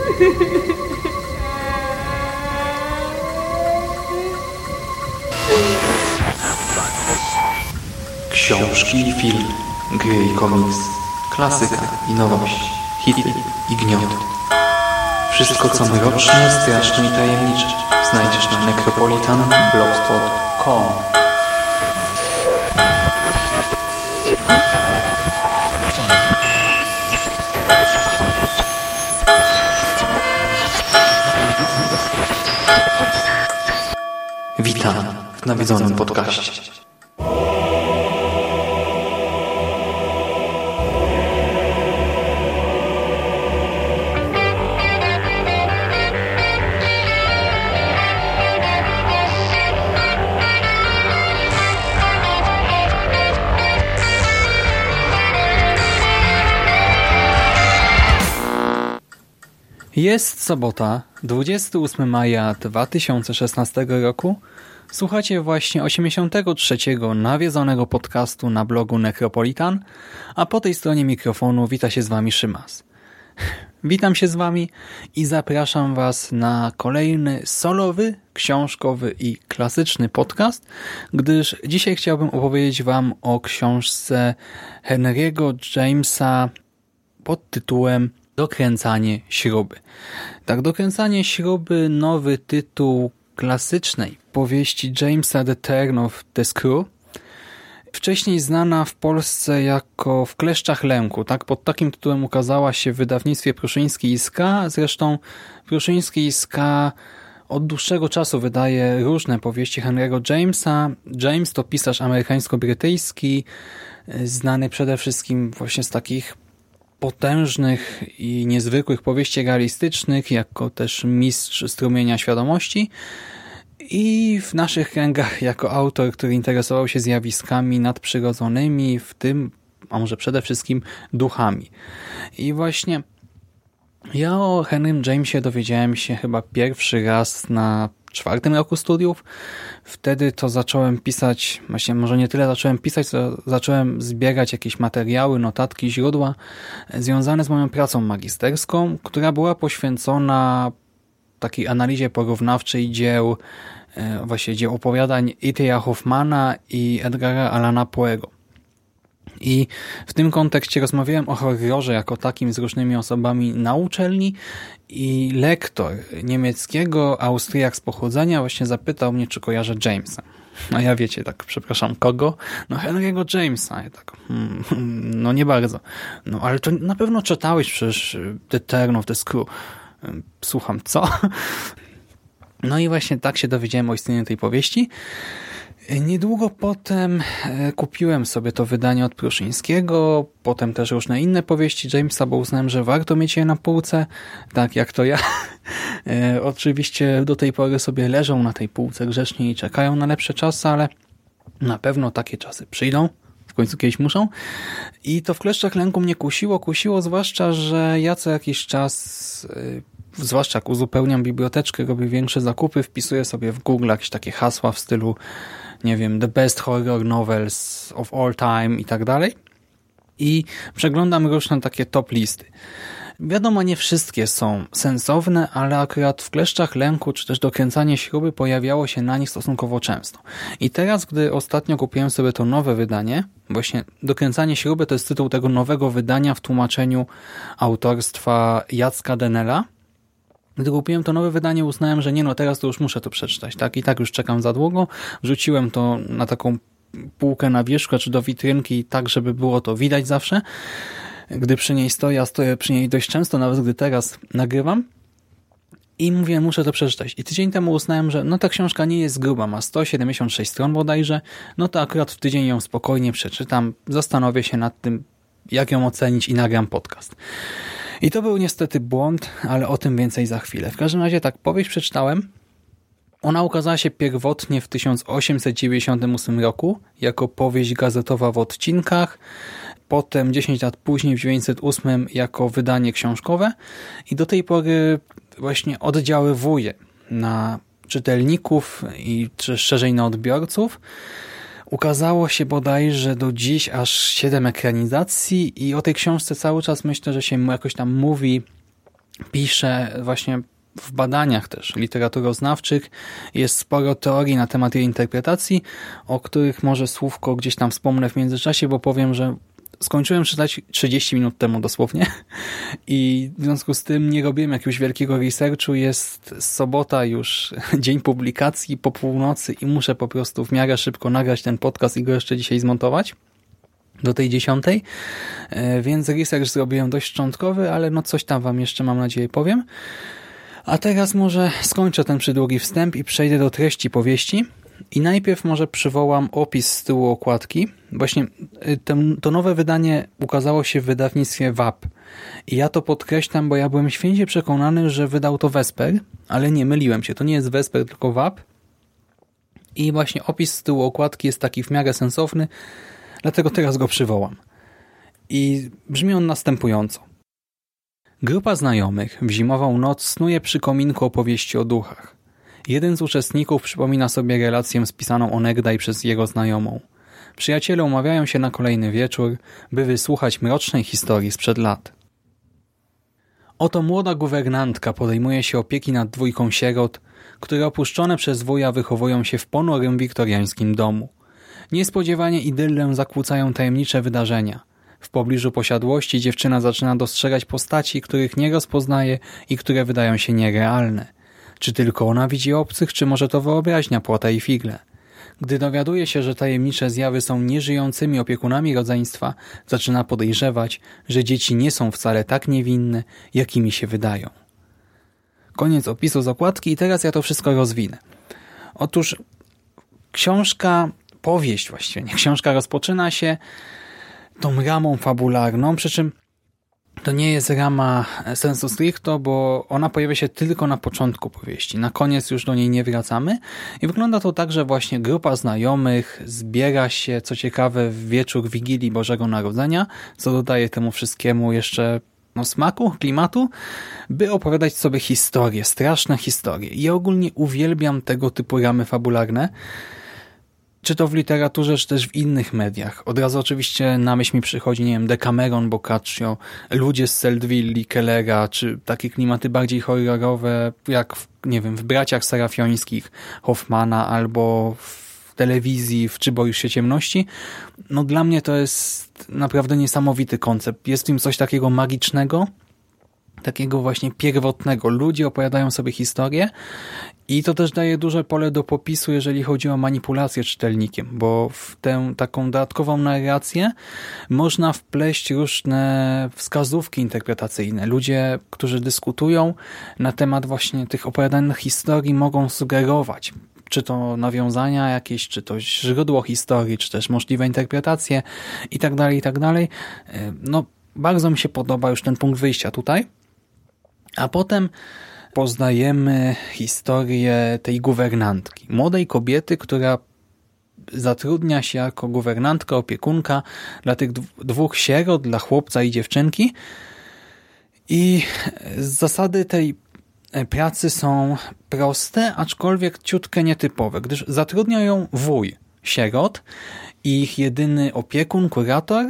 Książki i film, gry i komiks, klasyka i nowość, hity i gniot. Wszystko co mroczne, straszne i tajemnicze znajdziesz na necropolitanblogspot.com. Witam w nawiedzonym podcaście. Jest sobota, 28 maja 2016 roku. Słuchacie właśnie 83. nawiedzonego podcastu na blogu Necropolitan, a po tej stronie mikrofonu wita się z Wami Szymas. Witam się z Wami i zapraszam Was na kolejny solowy, książkowy i klasyczny podcast, gdyż dzisiaj chciałbym opowiedzieć Wam o książce Henry'ego Jamesa pod tytułem Dokręcanie śruby. Tak, Dokręcanie śruby, nowy tytuł klasycznej powieści Jamesa The Turn of the Screw. Wcześniej znana w Polsce jako W kleszczach lęku. Tak, pod takim tytułem ukazała się w wydawnictwie Pruszyński i Ska. Zresztą Pruszyński i Ska od dłuższego czasu wydaje różne powieści Henry'ego Jamesa. James to pisarz amerykańsko-brytyjski, znany przede wszystkim właśnie z takich potężnych i niezwykłych powieści realistycznych, jako też mistrz strumienia świadomości i w naszych kręgach jako autor, który interesował się zjawiskami nadprzyrodzonymi, w tym, a może przede wszystkim duchami. I właśnie ja o Henrym Jamesie dowiedziałem się chyba pierwszy raz na 4. roku studiów. Wtedy to zacząłem pisać, właśnie może nie tyle zacząłem pisać, co zacząłem zbierać jakieś materiały, notatki, źródła związane z moją pracą magisterską, która była poświęcona takiej analizie porównawczej dzieł, właśnie dzieł opowiadań E.T.A. Hoffmana i Edgara Allana Poego. I w tym kontekście rozmawiałem o horrorze jako takim z różnymi osobami na uczelni i lektor niemieckiego, Austriak z pochodzenia, właśnie zapytał mnie, czy kojarzę Jamesa. A ja wiecie, tak, przepraszam, kogo? No Henry'ego Jamesa. Ja tak, no nie bardzo. No ale to na pewno czytałeś przecież The Turn of the Screw. Słucham, co? No i właśnie tak się dowiedziałem o istnieniu tej powieści. Niedługo potem kupiłem sobie to wydanie od Pruszyńskiego, potem też różne inne powieści Jamesa, bo uznałem, że warto mieć je na półce, tak jak to ja. Oczywiście do tej pory sobie leżą na tej półce grzecznie i czekają na lepsze czasy, ale na pewno takie czasy przyjdą, w końcu kiedyś muszą. I to W kleszczach lęku mnie kusiło, zwłaszcza, że ja co jakiś czas, zwłaszcza jak uzupełniam biblioteczkę, robię większe zakupy, wpisuję sobie w Google jakieś takie hasła w stylu, nie wiem, The Best Horror Novels of All Time i tak dalej. I przeglądam różne takie top listy. Wiadomo, nie wszystkie są sensowne, ale akurat W kleszczach lęku, czy też Dokręcanie śruby pojawiało się na nich stosunkowo często. I teraz, gdy ostatnio kupiłem sobie to nowe wydanie, właśnie Dokręcanie śruby to jest tytuł tego nowego wydania w tłumaczeniu autorstwa Jacka Denela. Gdy kupiłem to nowe wydanie, uznałem, że nie, no teraz to już muszę to przeczytać, tak? I tak już czekam za długo. Wrzuciłem to na taką półkę na wierzchu, czy do witrynki, tak żeby było to widać zawsze. Gdy przy niej stoję, a stoję przy niej dość często, nawet gdy teraz nagrywam. I mówię, muszę to przeczytać. I tydzień temu uznałem, że no ta książka nie jest gruba, ma 176 stron bodajże, no to akurat w tydzień ją spokojnie przeczytam, zastanowię się nad tym, jak ją ocenić i nagram podcast. I to był niestety błąd, ale o tym więcej za chwilę. W każdym razie tak, powieść przeczytałem. Ona ukazała się pierwotnie w 1898 roku jako powieść gazetowa w odcinkach, potem 10 lat później w 1908 jako wydanie książkowe i do tej pory właśnie oddziaływuje na czytelników i czy szerzej na odbiorców. Ukazało się bodajże do dziś aż 7 ekranizacji i o tej książce cały czas myślę, że się jakoś tam mówi pisze właśnie w badaniach też literaturoznawczych. Jest sporo teorii na temat jej interpretacji, o których może słówko gdzieś tam wspomnę w międzyczasie, bo powiem, że skończyłem czytać 30 minut temu dosłownie i w związku z tym nie robiłem jakiegoś wielkiego researchu. Jest sobota już, dzień publikacji po północy i muszę po prostu w miarę szybko nagrać ten podcast i go jeszcze dzisiaj zmontować do tej 10, więc research zrobiłem dość szczątkowy, ale no coś tam wam jeszcze, mam nadzieję, powiem. A teraz może skończę ten przydługi wstęp i przejdę do treści powieści. I najpierw może przywołam opis z tyłu okładki. Właśnie to nowe wydanie ukazało się w wydawnictwie WAP. I ja to podkreślam, bo ja byłem święcie przekonany, że wydał to Vesper, ale nie, myliłem się. To nie jest Vesper, tylko WAP. I właśnie opis z tyłu okładki jest taki w miarę sensowny, dlatego teraz go przywołam. I brzmi on następująco. Grupa znajomych w zimową noc snuje przy kominku opowieści o duchach. Jeden z uczestników przypomina sobie relację spisaną onegdaj przez jego znajomą. Przyjaciele umawiają się na kolejny wieczór, by wysłuchać mrocznej historii sprzed lat. Oto młoda guwernantka podejmuje się opieki nad dwójką sierot, które opuszczone przez wuja wychowują się w ponurym wiktoriańskim domu. Niespodziewanie idyllę zakłócają tajemnicze wydarzenia. W pobliżu posiadłości dziewczyna zaczyna dostrzegać postaci, których nie rozpoznaje i które wydają się nierealne. Czy tylko ona widzi obcych, czy może to wyobraźnia płata i figle? Gdy dowiaduje się, że tajemnicze zjawy są nieżyjącymi opiekunami rodzeństwa, zaczyna podejrzewać, że dzieci nie są wcale tak niewinne, jakimi się wydają. Koniec opisu z okładki i teraz ja to wszystko rozwinę. Otóż powieść właściwie, książka rozpoczyna się tą ramą fabularną, przy czym to nie jest rama sensu stricto, bo ona pojawia się tylko na początku powieści. Na koniec już do niej nie wracamy. I wygląda to tak, że właśnie grupa znajomych zbiera się, co ciekawe, w wieczór Wigilii Bożego Narodzenia, co dodaje temu wszystkiemu jeszcze smaku, klimatu, by opowiadać sobie historie, straszne historie. I ja ogólnie uwielbiam tego typu ramy fabularne, czy to w literaturze, czy też w innych mediach. Od razu oczywiście na myśl mi przychodzi, nie wiem, Decameron Boccaccio, Ludzie z Seldwyli Kellera, czy takie klimaty bardziej horrorowe, jak w Braciach Serafiońskich Hoffmana, albo w telewizji, w Czy boisz się ciemności. No dla mnie to jest naprawdę niesamowity koncept. Jest w tym coś takiego magicznego, takiego właśnie pierwotnego. Ludzie opowiadają sobie historię i to też daje duże pole do popisu, jeżeli chodzi o manipulację czytelnikiem, bo w tę taką dodatkową narrację można wpleść różne wskazówki interpretacyjne. Ludzie, którzy dyskutują na temat właśnie tych opowiadanych historii, mogą sugerować, czy to nawiązania jakieś, czy to źródło historii, czy też możliwe interpretacje i tak dalej, i tak dalej. No, bardzo mi się podoba już ten punkt wyjścia tutaj. A potem poznajemy historię tej guwernantki. Młodej kobiety, która zatrudnia się jako guwernantka, opiekunka dla tych dwóch sierot, dla chłopca i dziewczynki. I zasady tej pracy są proste, aczkolwiek ciutkę nietypowe, gdyż zatrudnia ją wuj sierot i ich jedyny opiekun, kurator,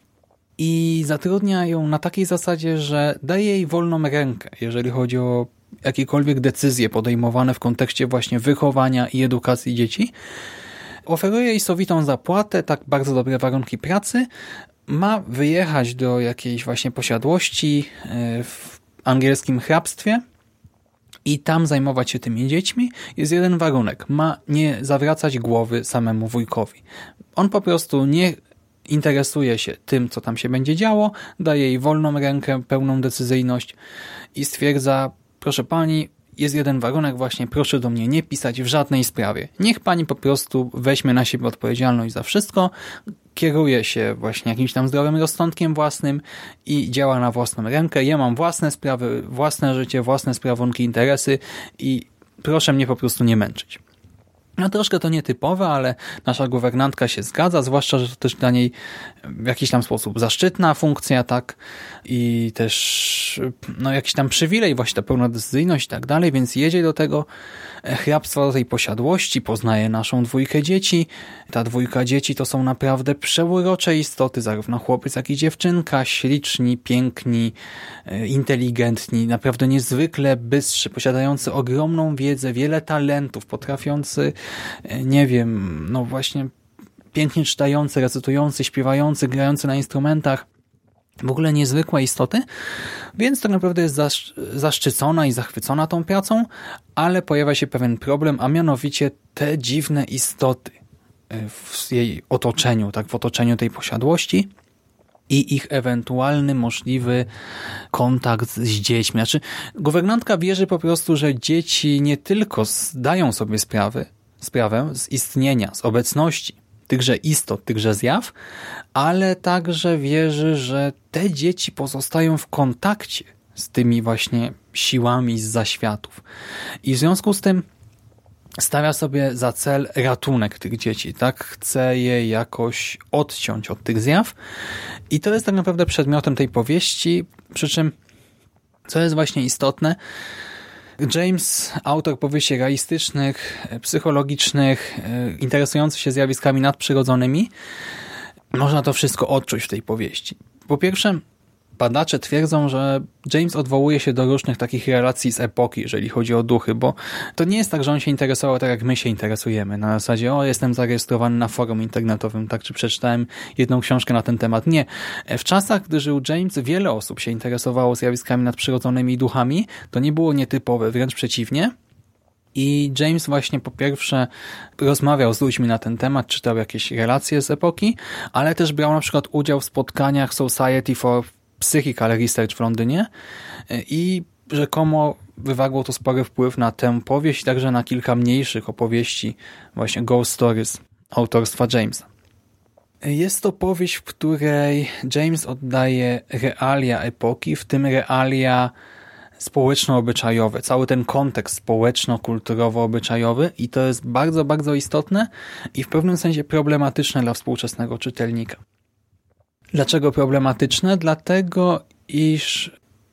i zatrudnia ją na takiej zasadzie, że daje jej wolną rękę, jeżeli chodzi o jakiekolwiek decyzje podejmowane w kontekście właśnie wychowania i edukacji dzieci. Oferuje jej sowitą zapłatę, tak bardzo dobre warunki pracy. Ma wyjechać do jakiejś właśnie posiadłości w angielskim hrabstwie i tam zajmować się tymi dziećmi. Jest jeden warunek. Ma nie zawracać głowy samemu wujkowi. On po prostu nie interesuje się tym, co tam się będzie działo, daje jej wolną rękę, pełną decyzyjność i stwierdza: proszę pani, jest jeden warunek właśnie, proszę do mnie nie pisać w żadnej sprawie. Niech pani po prostu weźmie na siebie odpowiedzialność za wszystko, kieruje się właśnie jakimś tam zdrowym rozsądkiem własnym i działa na własną rękę. Ja mam własne sprawy, własne życie, własne sprawunki, interesy i proszę mnie po prostu nie męczyć. No troszkę to nietypowe, ale nasza guwernantka się zgadza, zwłaszcza, że to też dla niej w jakiś tam sposób zaszczytna funkcja, tak? I też jakiś tam przywilej, właśnie ta pełna decyzyjność i tak dalej, więc jedzie do tego hrabstwa, do tej posiadłości, poznaje naszą dwójkę dzieci. Ta dwójka dzieci to są naprawdę przeurocze istoty, zarówno chłopiec, jak i dziewczynka, śliczni, piękni, inteligentni, naprawdę niezwykle bystrzy, posiadający ogromną wiedzę, wiele talentów, potrafiący, nie wiem, właśnie pięknie czytający, recytujący, śpiewający, grający na instrumentach. W ogóle niezwykłe istoty, więc tak naprawdę jest zaszczycona i zachwycona tą pracą, ale pojawia się pewien problem, a mianowicie te dziwne istoty w jej otoczeniu, tak, w otoczeniu tej posiadłości i ich ewentualny możliwy kontakt z dziećmi. Znaczy, guwernantka wierzy po prostu, że dzieci nie tylko zdają sobie sprawę z istnienia, z obecności tychże istot, tychże zjaw, ale także wierzy, że te dzieci pozostają w kontakcie z tymi właśnie siłami z zaświatów. I w związku z tym stawia sobie za cel ratunek tych dzieci, tak? Chce je jakoś odciąć od tych zjaw i to jest tak naprawdę przedmiotem tej powieści, przy czym, co jest właśnie istotne, James, autor powieści realistycznych, psychologicznych, interesujący się zjawiskami nadprzyrodzonymi, można to wszystko odczuć w tej powieści. Po pierwsze, badacze twierdzą, że James odwołuje się do różnych takich relacji z epoki, jeżeli chodzi o duchy, bo to nie jest tak, że on się interesował tak, jak my się interesujemy. Na zasadzie, jestem zarejestrowany na forum internetowym, tak, czy przeczytałem jedną książkę na ten temat. Nie. W czasach, gdy żył James, wiele osób się interesowało zjawiskami nadprzyrodzonymi i duchami. To nie było nietypowe, wręcz przeciwnie. I James właśnie po pierwsze rozmawiał z ludźmi na ten temat, czytał jakieś relacje z epoki, ale też brał na przykład udział w spotkaniach Society for Psychical Research w Londynie i rzekomo wywarło to spory wpływ na tę powieść, także na kilka mniejszych opowieści, właśnie Ghost Stories autorstwa Jamesa. Jest to powieść, w której James oddaje realia epoki, w tym realia społeczno-obyczajowe, cały ten kontekst społeczno-kulturowo-obyczajowy i to jest bardzo, bardzo istotne i w pewnym sensie problematyczne dla współczesnego czytelnika. Dlaczego problematyczne? Dlatego, iż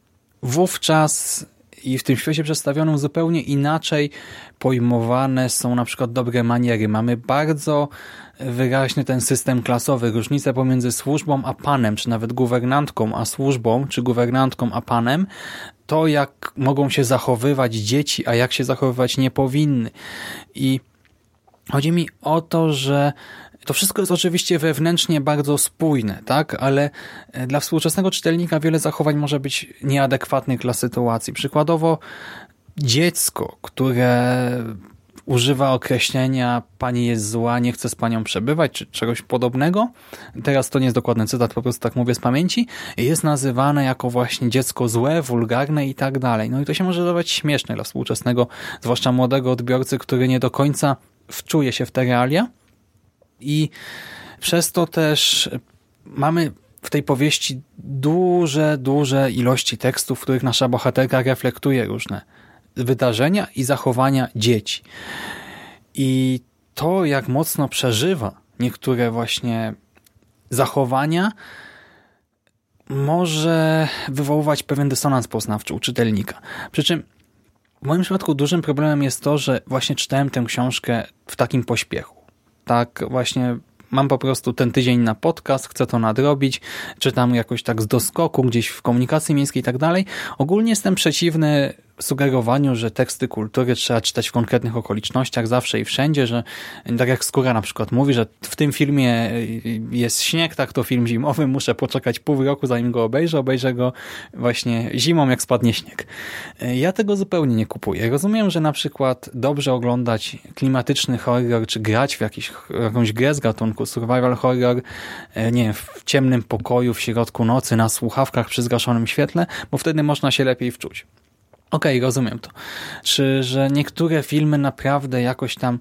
wówczas i w tym świecie przedstawionym zupełnie inaczej pojmowane są na przykład dobre maniery. Mamy bardzo wyraźny ten system klasowy, różnicę pomiędzy służbą a panem, czy nawet guwernantką a służbą, czy guwernantką a panem, to jak mogą się zachowywać dzieci, a jak się zachowywać nie powinny. I chodzi mi o to, że to wszystko jest oczywiście wewnętrznie bardzo spójne, tak? Ale dla współczesnego czytelnika wiele zachowań może być nieadekwatnych dla sytuacji. Przykładowo dziecko, które używa określenia pani jest zła, nie chce z panią przebywać, czy czegoś podobnego. Teraz to nie jest dokładny cytat, po prostu tak mówię z pamięci. Jest nazywane jako właśnie dziecko złe, wulgarne i tak dalej. No i to się może wydawać śmieszne dla współczesnego, zwłaszcza młodego odbiorcy, który nie do końca wczuje się w te realia. I przez to też mamy w tej powieści duże ilości tekstów, w których nasza bohaterka reflektuje różne wydarzenia i zachowania dzieci. I to, jak mocno przeżywa niektóre właśnie zachowania, może wywoływać pewien dysonans poznawczy u czytelnika. Przy czym w moim przypadku dużym problemem jest to, że właśnie czytałem tę książkę w takim pośpiechu. Tak właśnie mam po prostu ten tydzień na podcast, chcę to nadrobić, czytam jakoś tak z doskoku, gdzieś w komunikacji miejskiej i tak dalej. Ogólnie jestem przeciwny sugerowaniu, że teksty kultury trzeba czytać w konkretnych okolicznościach zawsze i wszędzie, że tak jak Skóra na przykład mówi, że w tym filmie jest śnieg, tak to film zimowy, muszę poczekać pół roku zanim go obejrzę go właśnie zimą jak spadnie śnieg. Ja tego zupełnie nie kupuję. Rozumiem, że na przykład dobrze oglądać klimatyczny horror, czy grać w jakąś grę z gatunku survival horror, nie wiem, w ciemnym pokoju, w środku nocy, na słuchawkach przy zgaszonym świetle, bo wtedy można się lepiej wczuć. Okej, rozumiem to. Czy że niektóre filmy naprawdę jakoś tam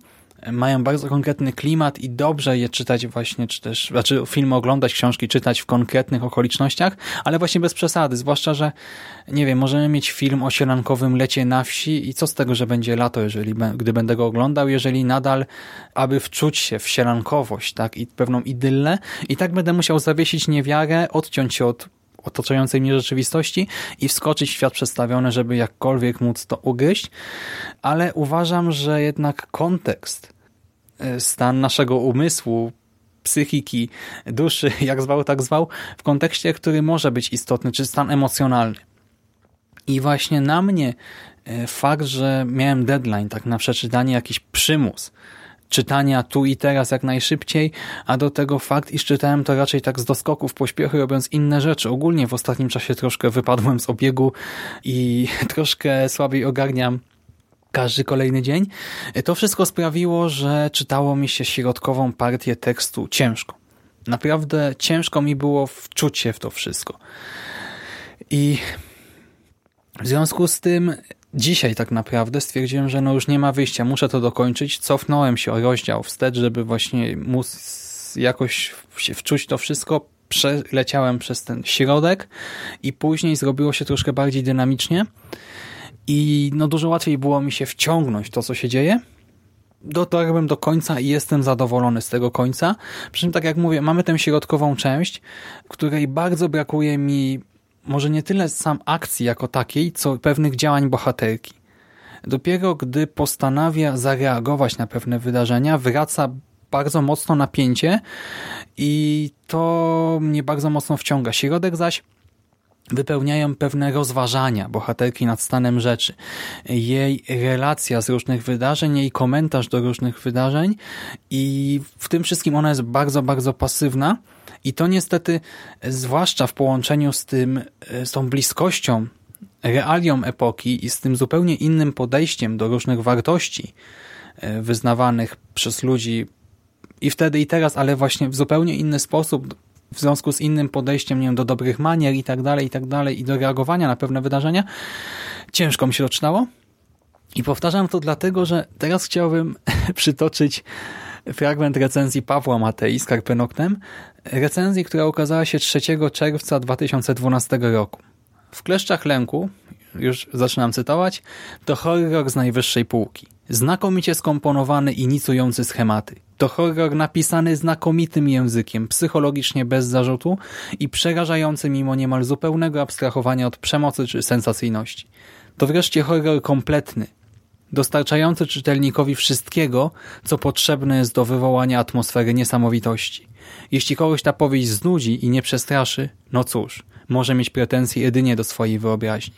mają bardzo konkretny klimat i dobrze je czytać właśnie, czy też, filmy oglądać, książki czytać w konkretnych okolicznościach, ale właśnie bez przesady, zwłaszcza, że nie wiem, możemy mieć film o sielankowym lecie na wsi i co z tego, że będzie lato, gdy będę go oglądał, jeżeli nadal, aby wczuć się w sielankowość, tak, i pewną idyllę, i tak będę musiał zawiesić niewiarę, odciąć się od otaczającej mnie rzeczywistości i wskoczyć w świat przedstawiony, żeby jakkolwiek móc to ugryźć, ale uważam, że jednak kontekst, stan naszego umysłu, psychiki, duszy, jak zwał, tak zwał, w kontekście, który może być istotny, czy stan emocjonalny. I właśnie na mnie fakt, że miałem deadline, tak na przeczytanie, jakiś przymus czytania tu i teraz jak najszybciej, a do tego fakt, iż czytałem to raczej tak z doskoku, w pośpiechu, robiąc inne rzeczy. Ogólnie w ostatnim czasie troszkę wypadłem z obiegu i troszkę słabiej ogarniam każdy kolejny dzień. To wszystko sprawiło, że czytało mi się środkową partię tekstu ciężko. Naprawdę ciężko mi było wczuć się w to wszystko. I w związku z tym dzisiaj tak naprawdę stwierdziłem, że już nie ma wyjścia, muszę to dokończyć. Cofnąłem się o rozdział wstecz, żeby właśnie móc jakoś się wczuć to wszystko. Przeleciałem przez ten środek i później zrobiło się troszkę bardziej dynamicznie i dużo łatwiej było mi się wciągnąć to, co się dzieje. Dotarłem do końca i jestem zadowolony z tego końca. Przy czym, tak jak mówię, mamy tę środkową część, której bardzo brakuje mi może nie tyle sam akcji jako takiej, co pewnych działań bohaterki. Dopiero gdy postanawia zareagować na pewne wydarzenia, wraca bardzo mocno napięcie i to mnie bardzo mocno wciąga. Środek zaś wypełniają pewne rozważania bohaterki nad stanem rzeczy. Jej relacja z różnych wydarzeń, jej komentarz do różnych wydarzeń i w tym wszystkim ona jest bardzo, bardzo pasywna i to niestety, zwłaszcza w połączeniu z tą bliskością, realią epoki i z tym zupełnie innym podejściem do różnych wartości wyznawanych przez ludzi i wtedy i teraz, ale właśnie w zupełnie inny sposób, w związku z innym podejściem, nie wiem, do dobrych manier i tak dalej i do reagowania na pewne wydarzenia, ciężko mi się to czytało. I powtarzam to dlatego, że teraz chciałbym przytoczyć fragment recenzji Pawła Matei z Carpe Noctem, recenzji, która ukazała się 3 czerwca 2012 roku. W kleszczach lęku, już zaczynam cytować, to horror z najwyższej półki. Znakomicie skomponowany i nicujący schematy. To horror napisany znakomitym językiem, psychologicznie bez zarzutu i przerażający mimo niemal zupełnego abstrahowania od przemocy czy sensacyjności. To wreszcie horror kompletny, dostarczający czytelnikowi wszystkiego, co potrzebne jest do wywołania atmosfery niesamowitości. Jeśli kogoś ta powieść znudzi i nie przestraszy, no cóż, może mieć pretensje jedynie do swojej wyobraźni.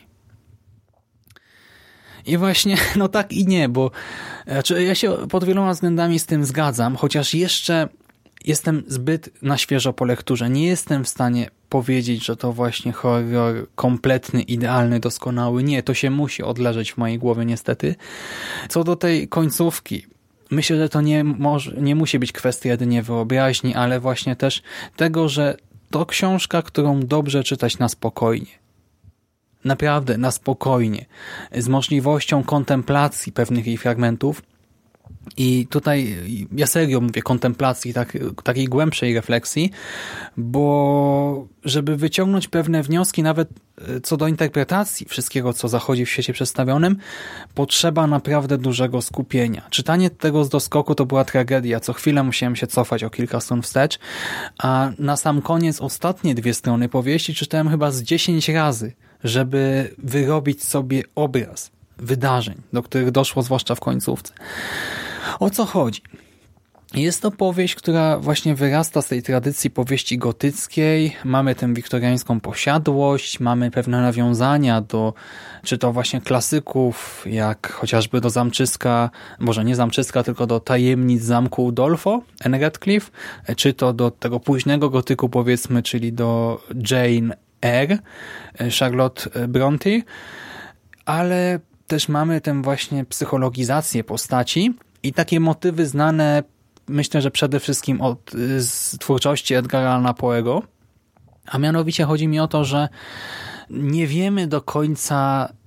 I właśnie, tak i nie, bo ja się pod wieloma względami z tym zgadzam, chociaż jeszcze jestem zbyt na świeżo po lekturze. Nie jestem w stanie powiedzieć, że to właśnie horror kompletny, idealny, doskonały. Nie, to się musi odleżeć w mojej głowie niestety. Co do tej końcówki, myślę, że to nie musi być kwestia jedynie wyobraźni, ale właśnie też tego, że to książka, którą dobrze czytać na spokojnie. Naprawdę na spokojnie, z możliwością kontemplacji pewnych jej fragmentów i tutaj ja serio mówię kontemplacji, takiej głębszej refleksji, bo żeby wyciągnąć pewne wnioski nawet co do interpretacji wszystkiego, co zachodzi w świecie przedstawionym, potrzeba naprawdę dużego skupienia. Czytanie tego z doskoku to była tragedia. Co chwilę musiałem się cofać o kilka stron wstecz, a na sam koniec ostatnie 2 strony powieści czytałem chyba z 10 razy, żeby wyrobić sobie obraz wydarzeń, do których doszło zwłaszcza w końcówce. O co chodzi? Jest to powieść, która właśnie wyrasta z tej tradycji powieści gotyckiej. Mamy tę wiktoriańską posiadłość, mamy pewne nawiązania do, czy to właśnie klasyków, jak chociażby do Zamczyska, może nie Zamczyska, tylko do Tajemnic Zamku Udolpho, Anne Radcliffe, czy to do tego późnego gotyku, powiedzmy, czyli do Jane Eyre, Charlotte Bronte, ale też mamy tę właśnie psychologizację postaci i takie motywy znane, myślę, że przede wszystkim z twórczości Edgara Allana Poe'ego, a mianowicie chodzi mi o to, że nie wiemy do końca,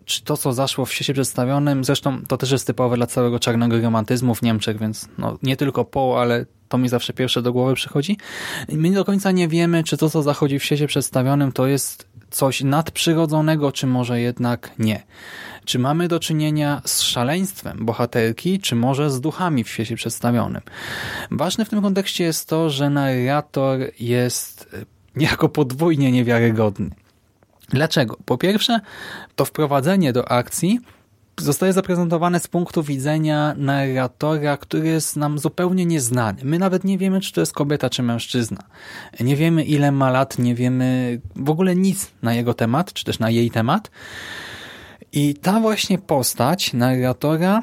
czy to, co zaszło w świecie przedstawionym, zresztą to też jest typowe dla całego czarnego romantyzmu w Niemczech, więc no, nie tylko Poe, ale to mi zawsze pierwsze do głowy przychodzi. My do końca nie wiemy, czy to, co zachodzi w świecie przedstawionym, to jest coś nadprzyrodzonego, czy może jednak nie. Czy mamy do czynienia z szaleństwem bohaterki, czy może z duchami w świecie przedstawionym. Ważne w tym kontekście jest to, że narrator jest niejako podwójnie niewiarygodny. Dlaczego? Po pierwsze, to wprowadzenie do akcji zostaje zaprezentowane z punktu widzenia narratora, który jest nam zupełnie nieznany. My nawet nie wiemy, czy to jest kobieta, czy mężczyzna. Nie wiemy, ile ma lat, nie wiemy w ogóle nic na jego temat, czy też na jej temat. I ta właśnie postać narratora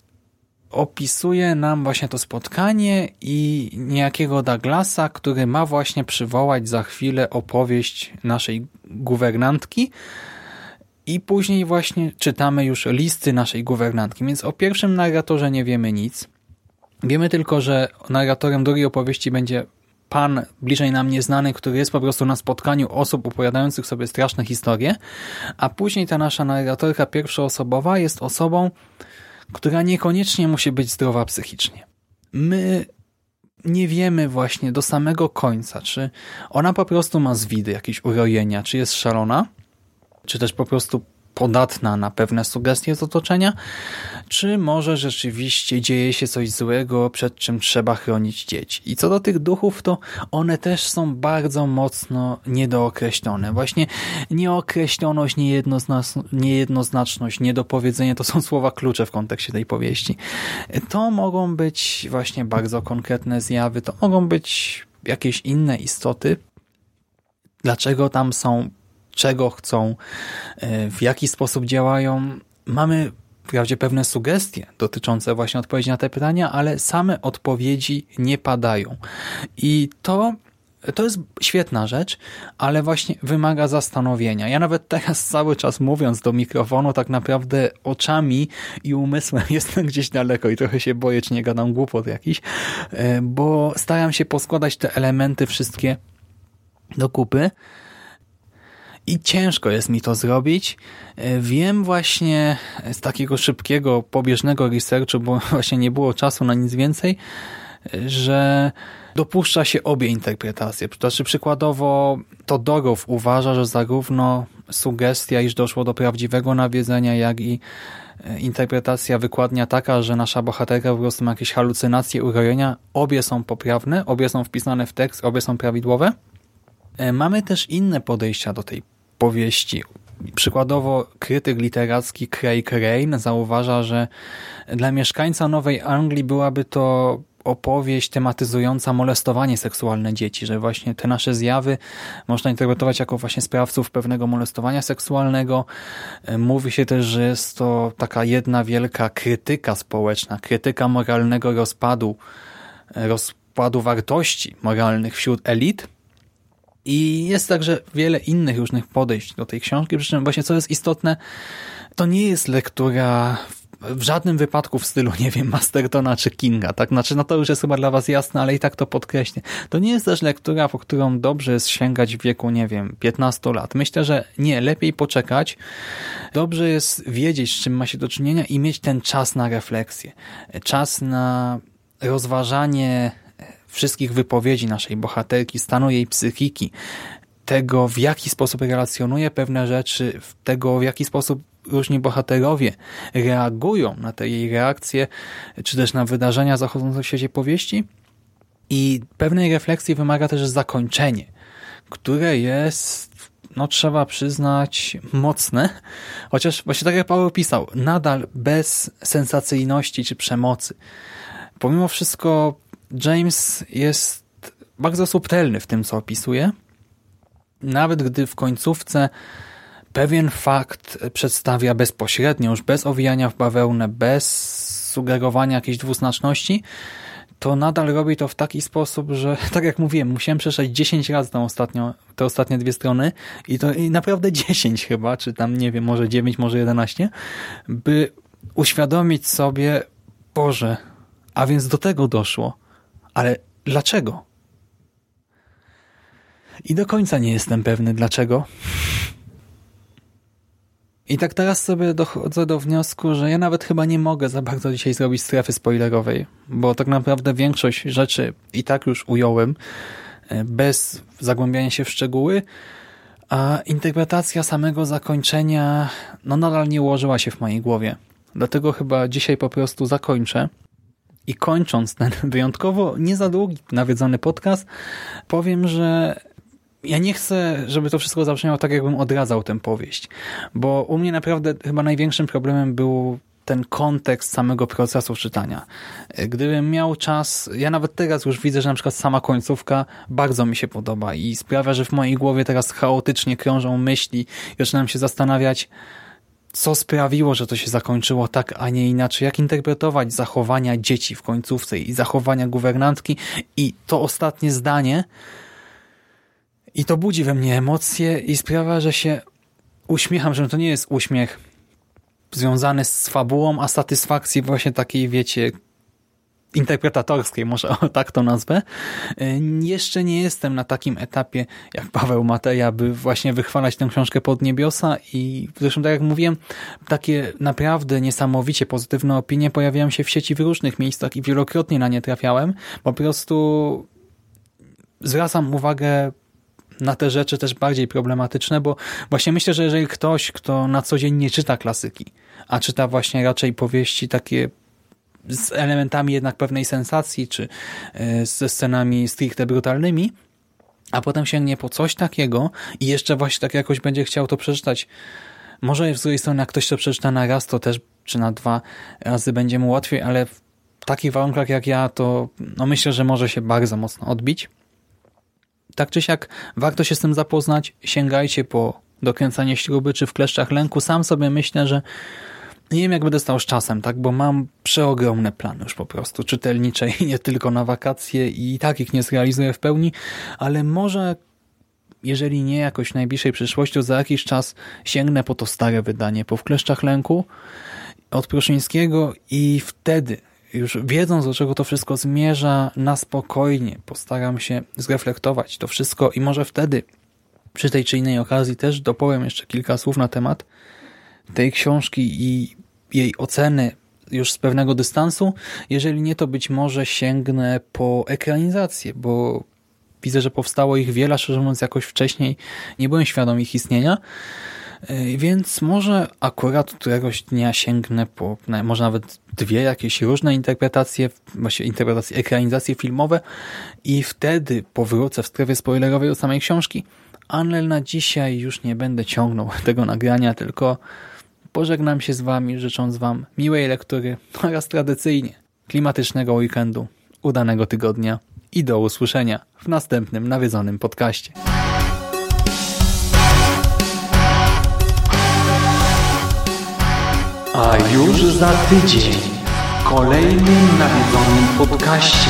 opisuje nam właśnie to spotkanie i niejakiego Douglasa, który ma właśnie przywołać za chwilę opowieść naszej guwernantki i później właśnie czytamy już listy naszej guwernantki. Więc o pierwszym narratorze nie wiemy nic. Wiemy tylko, że narratorem drugiej opowieści będzie pan bliżej nam nieznany, który jest po prostu na spotkaniu osób opowiadających sobie straszne historie, a później ta nasza narratorka pierwszoosobowa jest osobą, która niekoniecznie musi być zdrowa psychicznie. My nie wiemy właśnie do samego końca, czy ona po prostu ma zwidy, jakieś urojenia, czy jest szalona, czy też po prostu podatna na pewne sugestie z otoczenia, czy może rzeczywiście dzieje się coś złego, przed czym trzeba chronić dzieci. I co do tych duchów, to one też są bardzo mocno niedookreślone. Właśnie nieokreśloność, niejednoznaczność, niedopowiedzenie to są słowa klucze w kontekście tej powieści. To mogą być właśnie bardzo konkretne zjawy, to mogą być jakieś inne istoty. Dlaczego tam są, czego chcą, w jaki sposób działają. Mamy wprawdzie pewne sugestie dotyczące właśnie odpowiedzi na te pytania, ale same odpowiedzi nie padają. I to jest świetna rzecz, ale właśnie wymaga zastanowienia. Ja nawet teraz cały czas mówiąc do mikrofonu, tak naprawdę oczami i umysłem jestem gdzieś daleko i trochę się boję, czy nie gadam głupot jakiś, bo staram się poskładać te elementy wszystkie do kupy. I ciężko jest mi to zrobić. Wiem właśnie z takiego szybkiego, pobieżnego researchu, bo właśnie nie było czasu na nic więcej, że dopuszcza się obie interpretacje. Znaczy przykładowo Todorow uważa, że zarówno sugestia, iż doszło do prawdziwego nawiedzenia, jak i interpretacja, wykładnia taka, że nasza bohaterka po prostu ma jakieś halucynacje, urojenia, obie są poprawne, obie są wpisane w tekst, obie są prawidłowe. Mamy też inne podejścia do tej powieści. Przykładowo krytyk literacki Craig Rain zauważa, że dla mieszkańca Nowej Anglii byłaby to opowieść tematyzująca molestowanie seksualne dzieci, że właśnie te nasze zjawy można interpretować jako właśnie sprawców pewnego molestowania seksualnego. Mówi się też, że jest to taka jedna wielka krytyka społeczna, krytyka moralnego rozpadu wartości moralnych wśród elit. I jest także wiele innych różnych podejść do tej książki, przy czym właśnie co jest istotne, to nie jest lektura w żadnym wypadku w stylu, nie wiem, Mastertona czy Kinga, tak? Znaczy, no to już jest chyba dla was jasne, ale i tak to podkreślę. To nie jest też lektura, po którą dobrze jest sięgać w wieku, nie wiem, 15 lat. Myślę, że nie, lepiej poczekać. Dobrze jest wiedzieć, z czym ma się do czynienia i mieć ten czas na refleksję. Czas na rozważanie wszystkich wypowiedzi naszej bohaterki, stanu jej psychiki, tego, w jaki sposób relacjonuje pewne rzeczy, tego, w jaki sposób różni bohaterowie reagują na te jej reakcje, czy też na wydarzenia zachodzące w świecie powieści. I pewnej refleksji wymaga też zakończenie, które jest, no trzeba przyznać, mocne, chociaż właśnie tak jak Paweł pisał, nadal bez sensacyjności czy przemocy. Pomimo wszystko James jest bardzo subtelny w tym, co opisuje. Nawet gdy w końcówce pewien fakt przedstawia bezpośrednio, już bez owijania w bawełnę, bez sugerowania jakiejś dwuznaczności, to nadal robi to w taki sposób, że tak jak mówiłem, musiałem przeczytać 10 razy te ostatnie 2 strony i naprawdę 10 chyba, czy tam nie wiem, może 9, może 11, by uświadomić sobie, Boże, a więc do tego doszło. Ale dlaczego? I do końca nie jestem pewny dlaczego. I tak teraz sobie dochodzę do wniosku, że ja nawet chyba nie mogę za bardzo dzisiaj zrobić strefy spoilerowej, bo tak naprawdę większość rzeczy i tak już ująłem, bez zagłębiania się w szczegóły, a interpretacja samego zakończenia nadal nie ułożyła się w mojej głowie. Dlatego chyba dzisiaj po prostu zakończę. I kończąc ten wyjątkowo nie za długi nawiedzony podcast, powiem, że ja nie chcę, żeby to wszystko zabrzmiało tak, jakbym odradzał tę powieść, bo u mnie naprawdę chyba największym problemem był ten kontekst samego procesu czytania. Gdybym miał czas, ja nawet teraz już widzę, że na przykład sama końcówka bardzo mi się podoba i sprawia, że w mojej głowie teraz chaotycznie krążą myśli i zaczynam się zastanawiać, co sprawiło, że to się zakończyło tak, a nie inaczej. Jak interpretować zachowania dzieci w końcówce i zachowania guwernantki i to ostatnie zdanie. I to budzi we mnie emocje i sprawia, że się uśmiecham, że to nie jest uśmiech związany z fabułą, a satysfakcji właśnie takiej, wiecie, interpretatorskiej, może tak to nazwę. Jeszcze nie jestem na takim etapie jak Paweł Mateja, by właśnie wychwalać tę książkę pod niebiosa i zresztą tak jak mówiłem, takie naprawdę niesamowicie pozytywne opinie pojawiają się w sieci w różnych miejscach i wielokrotnie na nie trafiałem. Po prostu zwracam uwagę na te rzeczy też bardziej problematyczne, bo właśnie myślę, że jeżeli ktoś, kto na co dzień nie czyta klasyki, a czyta właśnie raczej powieści takie z elementami jednak pewnej sensacji, czy ze scenami stricte brutalnymi, a potem sięgnie po coś takiego i jeszcze właśnie tak jakoś będzie chciał to przeczytać. Może z drugiej strony, jak ktoś to przeczyta na raz, to też, czy na 2 razy będzie mu łatwiej, ale w takich warunkach jak ja, to myślę, że może się bardzo mocno odbić. Tak czy siak, warto się z tym zapoznać. Sięgajcie po Dokręcanie śruby, czy W kleszczach lęku. Sam sobie myślę, że nie wiem, jak będę stał z czasem, tak, bo mam przeogromne plany już po prostu czytelnicze i nie tylko na wakacje i tak ich nie zrealizuję w pełni, ale może jeżeli nie jakoś w najbliższej przyszłości, to za jakiś czas sięgnę po to stare wydanie, po W kleszczach lęku od Pruszyńskiego i wtedy, już wiedząc, do czego to wszystko zmierza, na spokojnie postaram się zreflektować to wszystko i może wtedy przy tej czy innej okazji też dopowiem jeszcze kilka słów na temat tej książki i jej oceny już z pewnego dystansu. Jeżeli nie, to być może sięgnę po ekranizację, bo widzę, że powstało ich wiele, szczerze mówiąc jakoś wcześniej nie byłem świadom ich istnienia, więc może akurat któregoś dnia sięgnę po może nawet 2 jakieś różne interpretacje, właściwie interpretacje, ekranizacje filmowe i wtedy powrócę w strefie spoilerowej do samej książki, ale na dzisiaj już nie będę ciągnął tego nagrania, tylko pożegnam się z wami, życząc wam miłej lektury oraz tradycyjnie klimatycznego weekendu, udanego tygodnia i do usłyszenia w następnym nawiedzonym podcaście. A już za tydzień w kolejnym nawiedzonym podcaście.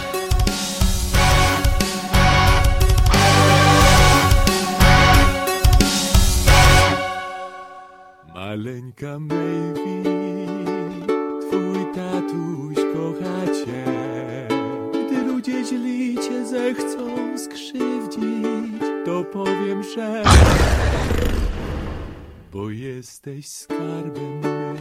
Maleńka Maywi, twój tatuś kocha cię. Gdy ludzie źli cię zechcą skrzywdzić, to powiem, że bo jesteś skarbem mym.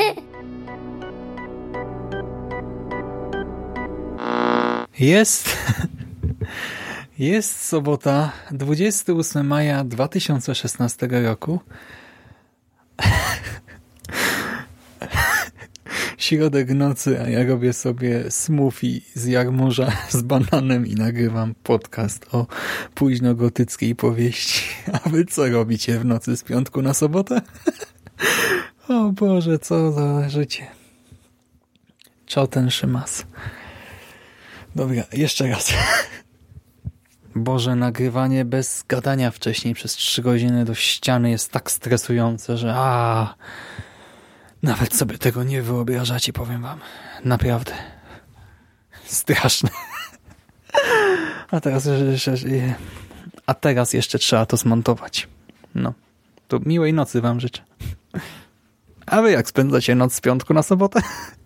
Jest sobota, 28 maja 2016 roku. Środek nocy, a ja robię sobie smoothie z jarmuża z bananem i nagrywam podcast o późnogotyckiej powieści. A wy co robicie w nocy z piątku na sobotę? O Boże, co za życie. Czo ten szymas. Dobra, jeszcze raz. Boże, nagrywanie bez gadania wcześniej przez 3 godziny do ściany jest tak stresujące, że nawet sobie tego nie wyobrażacie, powiem wam. Naprawdę. Straszne. A teraz jeszcze trzeba to zmontować. No. To miłej nocy wam życzę. A wy jak spędzacie noc z piątku na sobotę?